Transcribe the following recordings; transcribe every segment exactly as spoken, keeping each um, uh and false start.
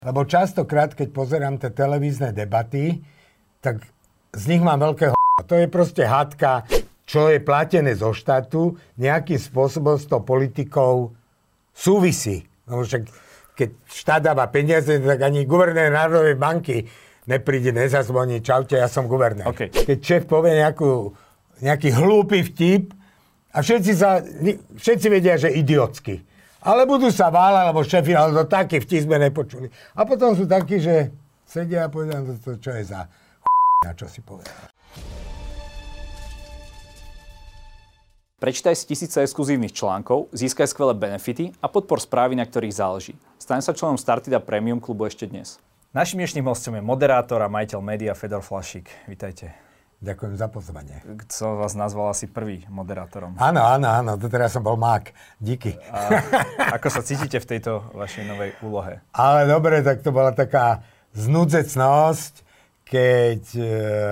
Lebo častokrát, keď pozerám tie televízne debaty, tak z nich mám veľké ho... To je proste hádka, čo je platené zo štátu, nejakým spôsobom s tou politikou súvisí. No však, keď štát dáva peniaze, tak ani guvernér Národnej banky nepríde, nezazvoní, čaute, ja som guvernér. Okay. Keď šéf povie nejakú, nejaký hlúpy vtip a všetci, sa, všetci vedia, že idiotský. Ale budú sa váľať, lebo šéfi, ale to taký vtip sme nepočuli. A potom sú takí, že sedia a povedia, to, to, čo je za ch***a, čo si povedal. Prečítaj si tisíce exkluzívnych článkov, získaj skvelé benefity a podpor správy, na ktorých záleží. Staň sa členom Startida Premium klubu ešte dnes. Naším dnešným hostom je moderátor a majiteľ média Fedor Flašík. Vítajte. Ďakujem za pozvanie. Som vás nazval asi prvý moderátorom. Áno, áno, áno, doteraz som bol mák. Díky. A ako sa cítite v tejto vašej novej úlohe? Ale dobre, tak to bola taká znudzecnosť, keď e,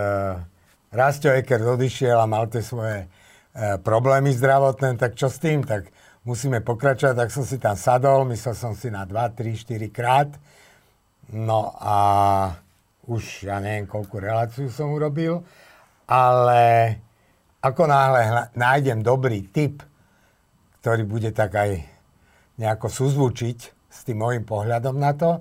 Rastio Ekert odišiel a mal tie svoje e, problémy zdravotné, tak čo s tým? Tak musíme pokračovať, tak som si tam sadol, myslel som si na dva, tri, štyri krát. No a už ja neviem, koľku reláciu som urobil. Ale ako náhle nájdem dobrý tip, ktorý bude tak aj nejako súzvučiť s tým môjim pohľadom na to,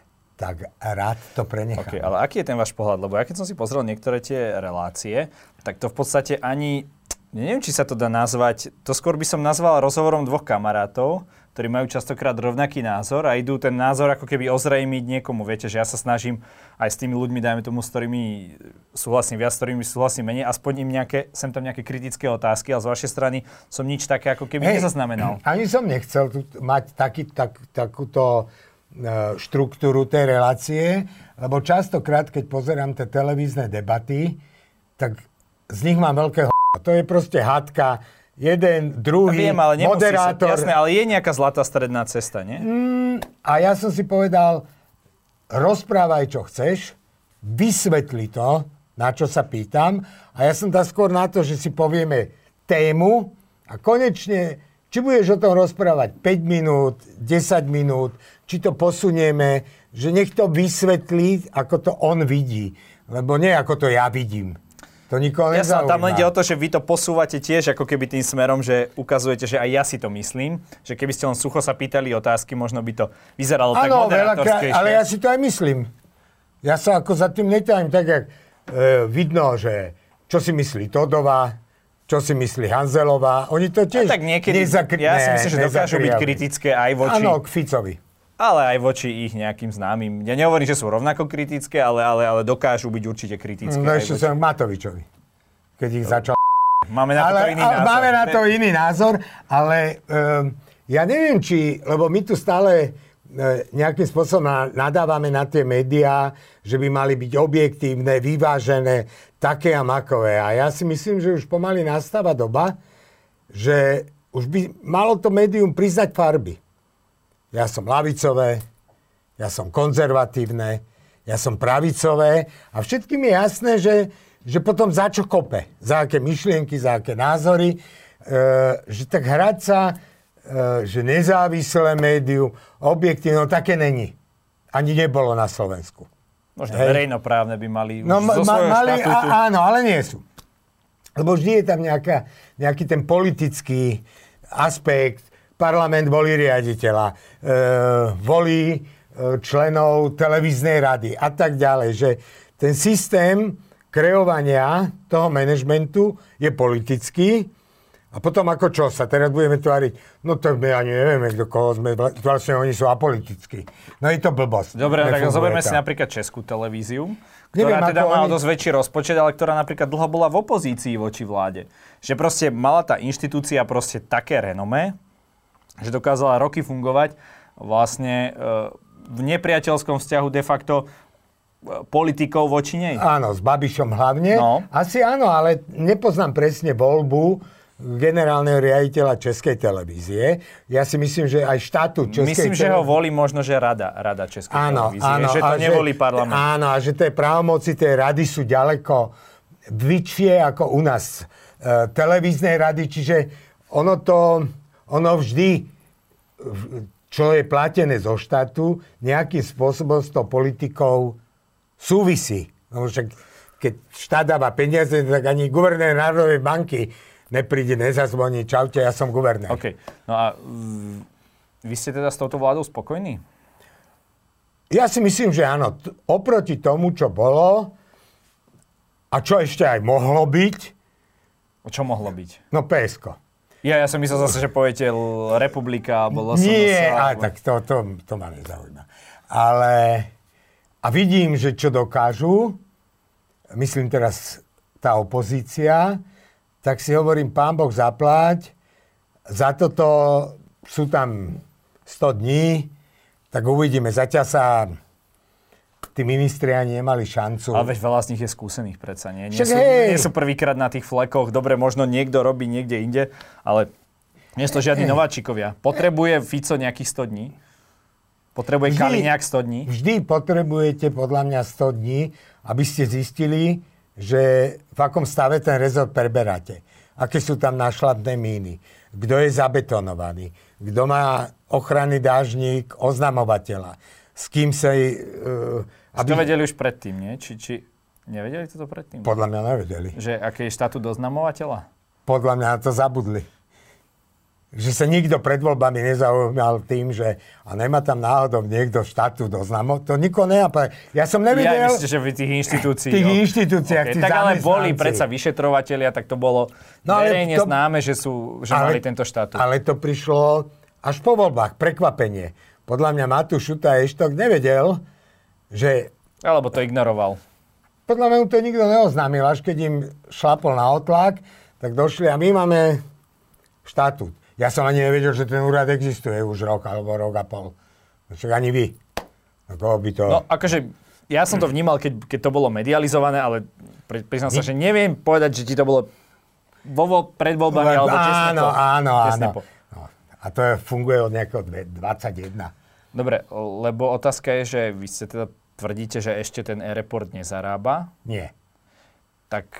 tak rád to prenechám. Okay, ale aký je ten váš pohľad? Lebo ja keď som si pozrel niektoré tie relácie, tak to v podstate ani, neviem, či sa to dá nazvať, to skôr by som nazval rozhovorom dvoch kamarátov, ktorí majú častokrát rovnaký názor a idú ten názor ako keby ozrejmiť niekomu. Viete, že ja sa snažím aj s tými ľuďmi, dajme tomu, s ktorými súhlasím viac, s ktorými súhlasím menej, aspoň im nejaké, sem tam nejaké kritické otázky, ale z vašej strany som nič také ako keby hey, nezaznamenal. Ani som nechcel tu mať taký, tak, takúto uh, štruktúru tej relácie, lebo častokrát, keď pozerám tie televízne debaty, tak z nich mám veľké ho... To je proste hádka, jeden, druhý, Viem, ale moderátor. Sa, jasné, ale je nejaká zlatá stredná cesta, nie? Mm, a ja som si povedal, rozprávaj, čo chceš, vysvetli to, na čo sa pýtam. A ja som tam skôr na to, že si povieme tému a konečne, či budeš o tom rozprávať päť minút, desať minút, či to posunieme, že nech to vysvetlí, ako to on vidí. Lebo nie ako to ja vidím. To nikoho nezaujíma. Jasne, tam len ide o to, že vy to posúvate tiež ako keby tým smerom, že ukazujete, že aj ja si to myslím. Že keby ste len sucho sa pýtali otázky, možno by to vyzeralo ano, tak moderátorskejšie. Ale ja si to aj myslím. Ja sa ako za tým netajím tak, jak e, vidno, že čo si myslí Todová, čo si myslí Hanzelová. Oni to tiež tak niekedy, nezakry... Ja si myslím, že dokážu byť kritické aj voči... Áno, k Ficovi. Ale aj voči ich nejakým známym. Ja nehovorím, že sú rovnako kritické, ale, ale, ale dokážu byť určite kritické. No ešte voči... som Matovičovi, keď ich začal... Máme na to ale, iný názor. Máme na to iný názor, ale um, ja neviem, či... Lebo my tu stále uh, nejakým spôsobom nadávame na tie médiá, že by mali byť objektívne, vyvážené, také a makové. A ja si myslím, že už pomaly nastáva doba, že už by malo to médium priznať farby. Ja som ľavicové, ja som konzervatívne, ja som pravicové a všetkým je jasné, že, že potom za čo kope, za aké myšlienky, za aké názory, e, že tak hrať sa, e, že nezávislé médium, objektívne, no také není. Ani nebolo na Slovensku. Možno Hej. verejnoprávne by mali no, už zo ma, svojho mali, štatútu. A, áno, ale nie sú. Lebo vždy je tam nejaká, nejaký ten politický aspekt. Parlament volí riaditeľa, e, volí e, členov televíznej rady a tak ďalej. Že ten systém kreovania toho manažmentu je politický a potom ako čo sa teraz budeme tváriť, no to my ani nevieme, do koho sme, vlastne oni sú apolitickí. No je to blbosť. Dobre, tak zoberme si napríklad Českú televíziu, ktorá Neviem, teda mala oni... dosť väčší rozpočet, ale ktorá napríklad dlho bola v opozícii voči vláde. Že proste mala tá inštitúcia proste také renomé, že dokázala roky fungovať vlastne v nepriateľskom vzťahu de facto politikov voči nej. Áno, s Babišom hlavne. No. Asi áno, ale nepoznám presne voľbu generálneho riaditeľa Českej televízie. Ja si myslím, že aj štátu Českej Myslím, televízie... že ho volí možno, že rada, rada Českej áno, televízie. Áno, že to nevolí parlament. Áno, a že tie právomoci tej rady sú ďaleko vyššie ako u nás e, televíznej rady, čiže ono to, ono vždy čo je platené zo štátu, nejakým spôsobom s tou politikou súvisí. No však keď štát dáva peniaze, tak ani guvernér Národnej banky nepríde, nezazvoní, čaute, ja som guvernér. OK. No a vy ste teda s touto vládou spokojní? Ja si myslím, že áno. T- oproti tomu, čo bolo a čo ešte aj mohlo byť. Čo mohlo byť? No pé esko. Ja, ja som myslel zase, že poviete L- Republika alebo el es en es. Nie, alebo... ale tak to, to, to ma nezaujíma. Ale a vidím, že čo dokážu, myslím teraz tá opozícia, tak si hovorím, pán Boh zaplať, za toto sú tam sto dní, tak uvidíme. Zatiaľ sa tí ministri ani nemali šancu. Ale veď veľa z nich je skúsených predsa, nie? Nie Však sú, hej. nie sú prvýkrát na tých flekoch. Dobre, možno niekto robí niekde inde, ale nie sú to žiadni nováčikovia. Potrebuje Fico nejakých sto dní? Potrebuje Vždy- Kaliňák sto dní? Vždy potrebujete podľa mňa sto dní, aby ste zistili, že v akom stave ten rezort preberáte. Aké sú tam nášľadné míny. Kto je zabetonovaný. Kto má ochranný dážnik oznamovateľa. S kým sa... Uh, Aby... To vedeli už predtým, nie? Či, či nevedeli toto predtým? Podľa mňa nevedeli. Že aký je štatút oznamovateľa? Podľa mňa na to zabudli. Že sa nikto pred voľbami nezaujímal tým, že a nemá tam náhodou niekto štatút oznamov. To nikoho nenapadá. Ja som nevedel... Ja myslím, že v tých inštitúcií... V tých jo. inštitúciách, Okay, tí tak ale zamestnanci. boli predsa vyšetrovatelia, tak to bolo No, ale verejne to- známe, že, sú, že Ale- mali tento štatút. Ale to prišlo až po voľbách. Prekvapenie. Podľa mňa Matúš Šuta Eštok nevedel, že... Alebo to ignoroval. Podľa mňa mu to nikto neoznámil. Až keď im šlapol na otlak, tak došli a my máme štatút. Ja som ani nevedel, že ten úrad existuje už rok alebo rok a pol. Však ani vy. No, koho by to... No akože, ja som to vnímal, keď, keď to bolo medializované, ale pri, priznám sa, že neviem povedať, že ti to bolo vo, vo, pred voľbami, alebo tesne áno, po. áno, tesne áno. po. No, a to je, funguje od nejakého dvadsaťjeden. Dobre, lebo otázka je, že vy ste teda tvrdíte, že ešte ten e-report nezarába. Nie. Tak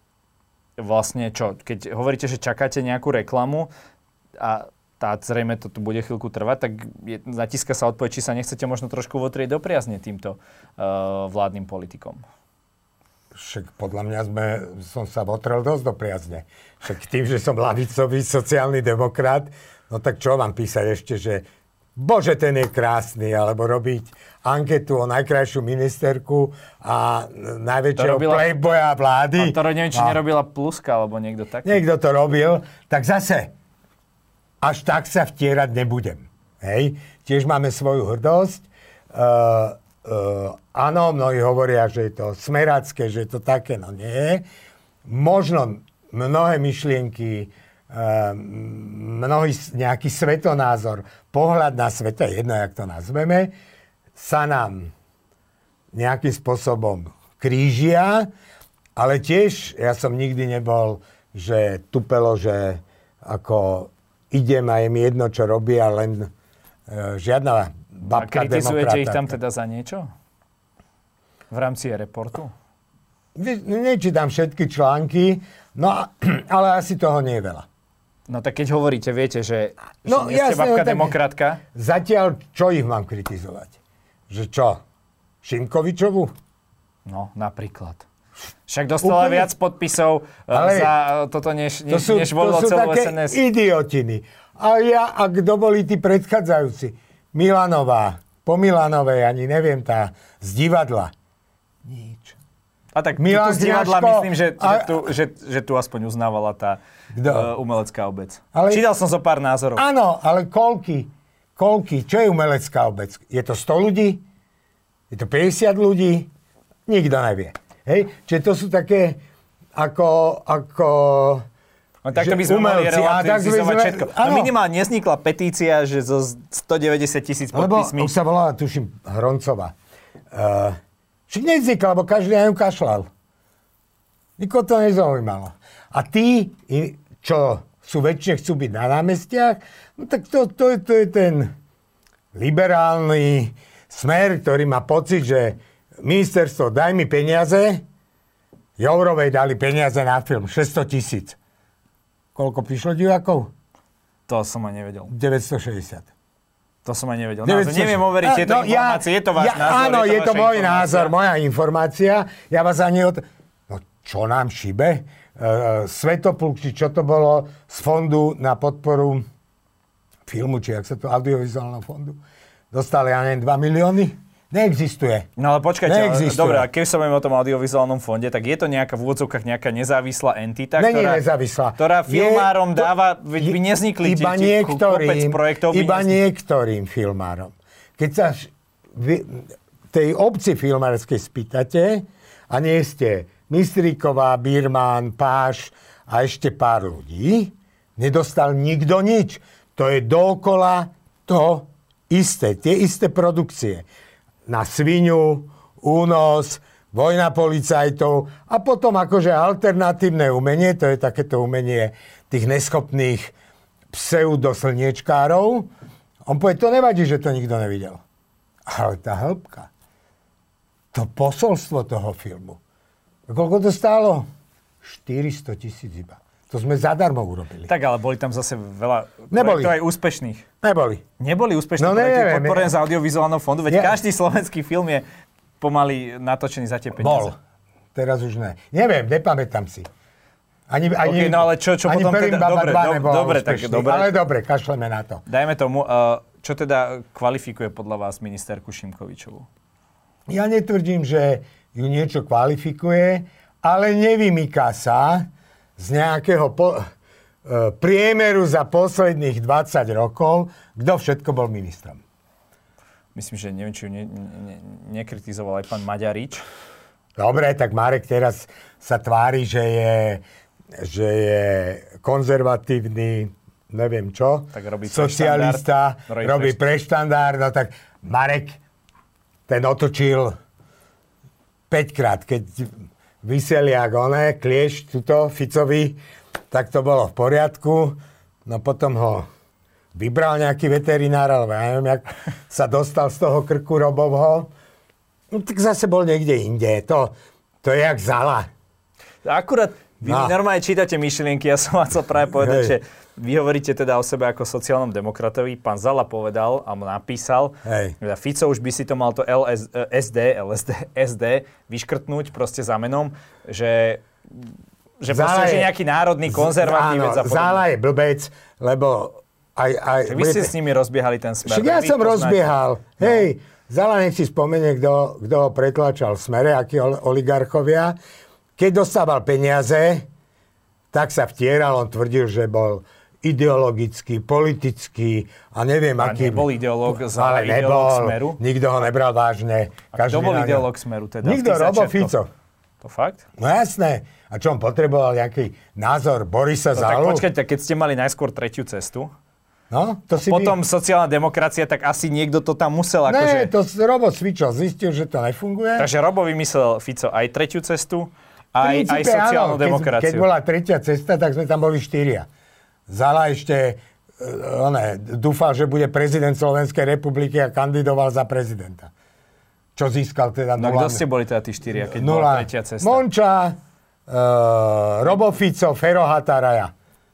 vlastne čo, keď hovoríte, že čakáte nejakú reklamu a tá zrejme to tu bude chvíľku trvať, tak je, natíska sa odpoveď, či sa nechcete možno trošku votrieť do priazne týmto uh, vládnym politikom. Však podľa mňa sme, som sa votrel dosť do priazne. Však tým, že som ľavicový sociálny demokrat, no tak čo vám písať ešte, že bože, ten je krásny, alebo robiť anketu o najkrajšiu ministerku a najväčšieho robila- playboya vlády. A to neviem, či A nerobila Pluska, alebo niekto taký. niekto to robil, tak zase až tak sa vtierať nebudem. Hej? Tiež máme svoju hrdosť. Uh, uh, áno, mnohí hovoria, že je to smerácké, že je to také, no nie. Možno mnohé myšlienky, uh, mnohý s- nejaký svetonázor, pohľad na svet, to je jedno, jak to nazveme, sa nám nejakým spôsobom krížia, ale tiež ja som nikdy nebol, že tupelo, že ako idem a je mi jedno, čo robia, len e, žiadna A babka kritizujete ich demokrata. tam teda za niečo? V rámci e-reportu? Ne- Nečítam všetky články, no a- ale asi toho nie je veľa. No tak keď hovoríte, viete, že, No, že nie ste jasné, babka no tak- demokratka, Zatiaľ, čo ich mám kritizovať? Že čo? Šimkovičovu? no napríklad. Však dostala Úplne- viac podpisov ale... Ale- za toto, než, To než, sú, než to volilo sú celú také es en es. idiotiny. A ja, a kto boli tí predchádzajúci? Milanová, po Milanovej, ani neviem, tá z divadla. Nič. A tak Milan tu, tu z divadla Kňažko myslím, že, a- že, tu, že, že tu aspoň uznávala tá Kto? uh, umelecká obec. Ale- Čítal som zo pár názorov. Áno, ale koľky? Koľky? Čo je umelecká obec? Je to sto ľudí? Je to päťdesiat ľudí? Nikto nevie. Hej? Čiže to sú také ako... ako No takto že by sme mali umelci. A tak by relativizovať sme- všetko. No áno. minimálne nevznikla petícia, že zo stodeväťdesiat tisíc Lebo podpismi. už sa volala, tuším, Hroncová. Uh, Či nevznikla, lebo každý na ňu kašľal. Nikoho to nezaujímalo. A tí, i- čo sú väčšie, chcú byť na námestiach, no tak to, to, je, to je ten liberálny smer, ktorý má pocit, že ministerstvo, daj mi peniaze, Jourovej dali peniaze na film, šesťsto tisíc. Koľko prišlo divákov? To som aj nevedel. deväťstošesťdesiat. To som aj nevedel. Naozaj, neviem overiť a, tieto no, informácie. Ja, je to váš ja, názor? Áno, je to, je to môj informácia? názor, moja informácia. Ja vás ani od... No, čo nám šibe? Uh, Svetopluk, či čo to bolo z fondu na podporu filmu, či jak sa to, audiovizuálneho fondu, dostali, ja neviem, dva milióny? Neexistuje. No ale počkajte, Neexistuje. dobre, a keď sa bavíme o tom audiovizuálnom fonde, tak je to nejaká v úvodzovkách nejaká nezávislá entita, Není ktorá, nezávislá. ktorá filmárom to, dáva, veď by neznikli iba tie, tie kopec projektov. Iba neznikli. niektorým filmárom. Keď sa vy, tej obci filmárskej spýtate a nie ste Mistríková, Birman, Páš a ešte pár ľudí, nedostal nikto nič. To je dookola to isté, tie isté produkcie. Na Sviňu, Únos, Vojna policajtov a potom akože alternatívne umenie, to je takéto umenie tých neschopných pseudoslniečkárov. On povie, to nevadí, že to nikto nevidel. Ale tá hĺbka, to posolstvo toho filmu, koľko to stálo? štyristo tisíc iba. To sme zadarmo urobili. Tak, ale boli tam zase veľa Neboli. projektov aj úspešných. Neboli. Neboli úspešní No, projekty neviem, podporené ja- z audiovizuálneho fondu, veď Ja- každý slovenský film je pomaly natočený za tie peniaze. Bol. Teraz už ne. Neviem, nepamätám si. Ani, ani, Ok, no ale čo- čo ani potom Perim teda- Baba dobre, dva do- nebola dobre, tak úspešný. dobre. Ale dobre, kašleme na to. Dajme tomu, uh, čo teda kvalifikuje podľa vás ministerku Šimkovičovú? Ja netvrdím, že ju niečo kvalifikuje, ale nevymýka sa z nejakého po, e, priemeru za posledných dvadsať rokov, kto všetko bol ministrom. Myslím, že neviem, či ju ne, ne, nekritizoval aj pán Maďarič. Dobre, tak Marek teraz sa tvári, že je, že je konzervatívny, neviem čo, Tak robí socialista, preštandard. Robí robí preš- preštandard, no tak Marek ten otočil päťkrát, keď Vyseliak, oné, Klieš, tuto, Ficovi, tak to bolo v poriadku. No potom ho vybral nejaký veterinár, alebo ja neviem, jak sa dostal z toho krku Robovho. No tak zase bol niekde inde. To, to je jak Zala. Akurát vy No. normálne čítate myšlienky, ja som vám chcel práve povedať, Hej. že vy hovoríte teda o sebe ako sociálnom demokratovi. Pán Zala povedal a mu napísal, Hej. teda Fico už by si to mal to el es, es dé, el es dé, es dé vyškrtnúť proste za menom, že, že Zala proste je- že nejaký národný konzervatívec. Áno, a podobne. Zala je blbec, lebo aj... aj Že vy ste s nimi rozbiehali ten smer. Však tak ja vy som poznáte. rozbiehal. Hej, Zala nech si spomenie, kto, kto ho pretlačal v smere, akí ol- oligarchovia. Keď dostával peniaze, tak sa vtieral, on tvrdil, že bol ideologický, politický a neviem, A aký... nebol ideológ, ale Zala ideológ nebol, Smeru? nikto ho nebral vážne. A kto bol na ňo- ideológ Smeru teda? Nikto, v tých Robo začiatkoch? Fico. To fakt? No jasné. A čo on potreboval, nejaký názor Borisa No tak Zalu? počkajte, keď ste mali najskôr tretiu cestu, No, to si potom by... sociálna demokracia, tak asi niekto to tam musel Ne, akože... to Robo cvičil, zistil, že to nefunguje. Takže Robo vymyslel Fico aj tretiu cestu, aj, aj princípe, sociálnu áno, demokraciu. Keď, keď bola tretia cesta, tak sme tam boli štyria. Zala ešte uh, one, dúfal, že bude prezident Slovenskej republiky a kandidoval za prezidenta. Čo získal teda No nula... kto ste boli teda tí štyria, keď nula. bola tretia cesta? Monča, uh, Robo Fico, Fero Hataraja.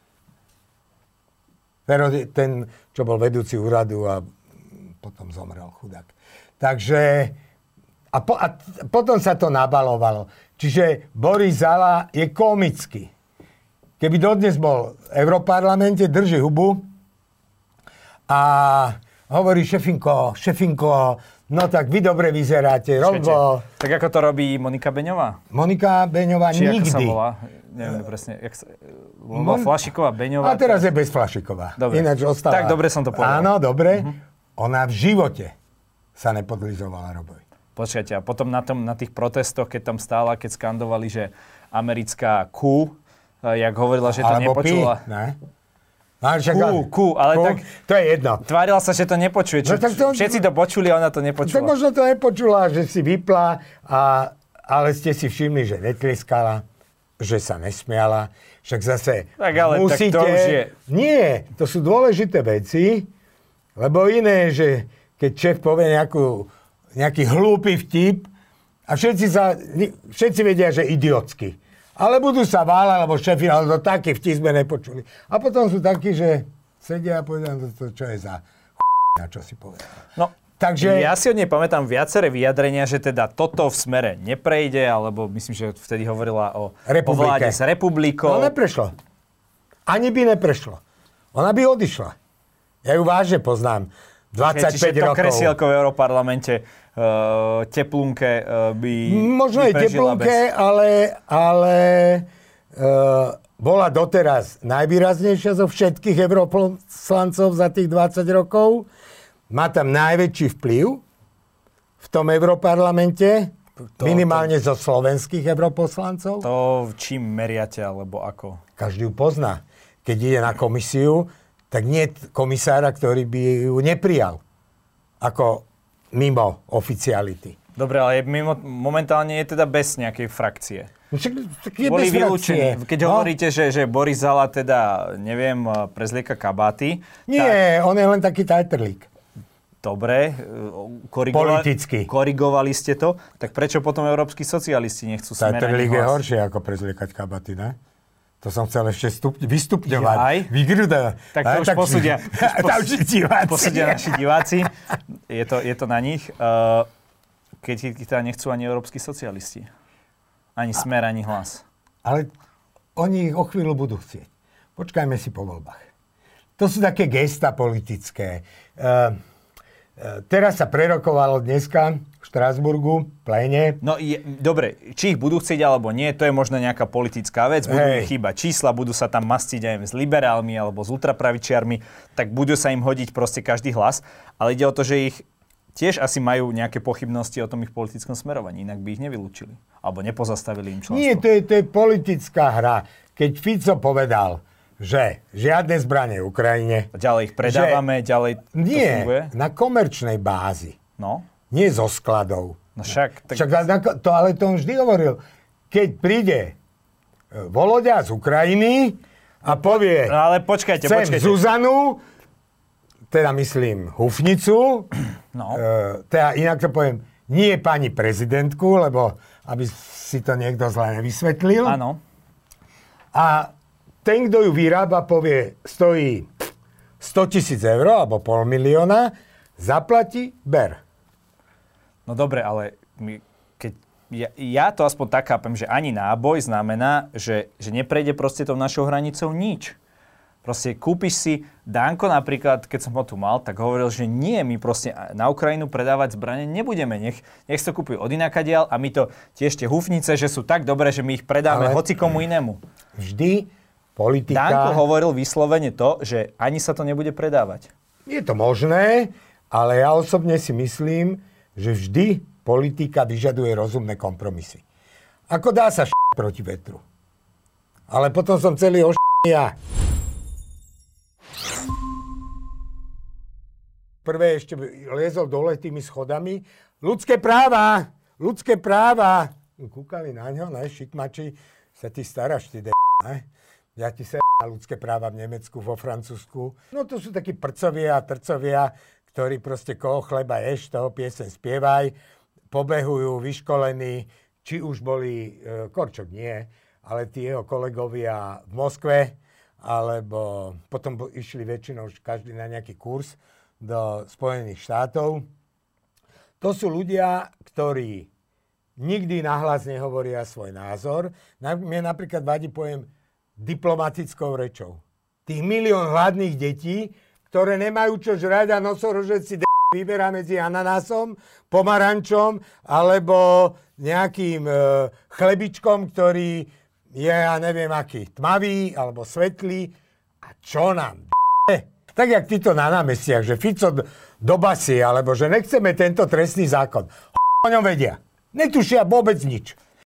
Fero, ten, čo bol vedúci úradu a potom zomrel chudák. Takže... A, po, a potom sa to nabalovalo. Čiže Boris Zala je komický. Keby dodnes bol v Európarlamente, drží hubu a hovorí šefinko, šefinko, no tak vy dobre vyzeráte, Robo. Tak ako to robí Monika Beňová? Monika Beňová Či nikdy. ako sa volá? Neviem presne. Jak sa, bola Mon- Flašiková, Beňová. A teraz je bez Flašiková. Dobre. Ináč ostala... Tak dobre som to povedal. Áno, dobre. Uh-huh. Ona v živote sa nepodlizovala Robovi. Počkajte, a potom na, tom, na tých protestoch, keď tam stála, keď skandovali, že americká Q, eh, jak hovorila, že to Alebo nepočula. Pi, ne? No, však, Q, Q, ale Q, tak... To je jedno. Tvárila sa, že to nepočuje. Čo, No tak to- Všetci to počuli a ona to Tak nepočula. možno to nepočula, že si vypla, a, ale ste si všimli, že netlieskala, že sa nesmiala. Však zase Tak ale tak musíte... to už je- Nie, to sú dôležité veci, lebo iné, že keď šéf povie nejakú, nejaký hlúpy vtip a všetci, sa, všetci vedia, že idiotsky. Ale budú sa váľať, lebo šéfi, ale to taký vtip sme nepočuli. A potom sú takí, že sedia a povedia, to, to čo je za na čo si povedal. No, takže ja si od nej pamätám viaceré vyjadrenia, že teda toto v Smere neprejde, alebo myslím, že vtedy hovorila o, o vláde s republikou. No neprešlo. Ani by neprešlo. Ona by odišla. Ja ju vážne poznám. dvadsaťpäť Čiže to rokov. kresielko v Europarlamente uh, teplunke uh, by Možno aj teplunke, bez... ale, ale uh, bola doteraz najvýraznejšia zo všetkých europoslancov za tých dvadsať rokov. Má tam najväčší vplyv v tom Europarlamente, to, minimálne to... zo slovenských europoslancov. To čím meriate, alebo ako? Každý ju pozná. Keď ide na komisiu, tak nie je komisára, ktorý by ju neprijal ako mimo oficiality. Dobre, ale mimo, momentálne je teda bez nejakej frakcie. Však, tak je Boli bez vylúčení. Keď no? hovoríte, že, že Boris Zala teda, neviem, prezlieka kabáty. Nie, tak... on je len taký tajtrlík. Dobre, korigova- politicky. Korigovali ste to, tak prečo potom európski socialisti nechcú Smer ani Hlas? Tajtrlík je horšie ako prezliekať kabaty, ne? To som chcel ešte stup- vystupňovať. Aj? Vygrúda. Tak to aj, už tak, posúdia, už pos- diváci. posúdia naši diváci. Je to, je to na nich. Uh, keď teda nechcú ani európski socialisti. Ani Smer, ani Hlas. Ale oni ich o chvíľu budú chcieť. Počkajme si po voľbách. To sú také gesta politické. Uh, uh, teraz sa prerokovalo dneska v Štrasburgu, pléne. No je, dobre, či ich budú chcieť alebo nie, to je možno nejaká politická vec. Budú im chýbať čísla, budú sa tam mastiť aj s liberálmi alebo s ultrapravičiarmi, tak budú sa im hodiť proste každý hlas. Ale ide o to, že ich tiež asi majú nejaké pochybnosti o tom ich politickom smerovaní, inak by ich nevylúčili. Alebo nepozastavili im členstvo. Nie, to je, to je politická hra. Keď Fico povedal, že žiadne zbranie Ukrajine... Ďalej ich predávame, že... ďalej to nie, funguje? Na komerčnej bázi. No. Nie zo skladov. No však... Tak... však to, ale to on vždy hovoril. Keď príde Voloďa z Ukrajiny a povie... No ale počkajte, chcem počkajte. Zuzanu, teda myslím Hufnicu, no. e, teda inak to poviem, nie pani prezidentku, lebo aby si to niekto zle nevysvetlil. Áno. A ten, kto ju vyrába, povie, stojí stotisíc eur, alebo pol milióna, zaplatí, ber. No dobre, ale my, keď ja, ja to aspoň tak chápem, že ani náboj znamená, že, že neprejde proste tou našou hranicou nič. Proste kúpiš si, Danko napríklad, keď som ho tu mal, tak hovoril, že nie, my proste na Ukrajinu predávať zbrane nebudeme. Nech, nech sa kúpujú od inakadiaľ a my to tiež tie hufnice, že sú tak dobré, že my ich predáme ale hocikomu inému. Vždy politika... Danko hovoril vyslovene to, že ani sa to nebude predávať. Je to možné, ale ja osobne si myslím, že vždy politika vyžaduje rozumné kompromisy. Ako dá sa š*** proti vetru. Ale potom som celý oš*** ja. Prvé ešte liezol dole tými schodami. Ľudské práva! Ľudské práva! Kúkali na ňo, ne? Šikmači, sa ty staráš, ty de***, ne? Ja ti sa na ľudské práva v Nemecku, vo Francúzsku. No to sú takí prcovia a trcovia, ktorí proste koho chleba ješ, toho piesen spievaj, pobehujú, vyškolení, či už boli, e, Korčok nie, ale tí jeho kolegovia v Moskve, alebo potom bo, išli väčšinou každý na nejaký kurz do Spojených štátov. To sú ľudia, ktorí nikdy nahlas nehovoria svoj názor. Na, mne napríklad vadí pojem diplomatickou rečou. Tých milión hladných detí, ktoré nemajú čo žrať a nosorožec si d*** vyberá medzi ananásom, pomarančom alebo nejakým e, chlebičkom, ktorý je, ja neviem aký, tmavý alebo svetlý. A čo nám d***? Tak jak títo na námestiach, že Fico do basy, alebo že nechceme tento trestný zákon. O ňom vedia. Netušia vôbec nič.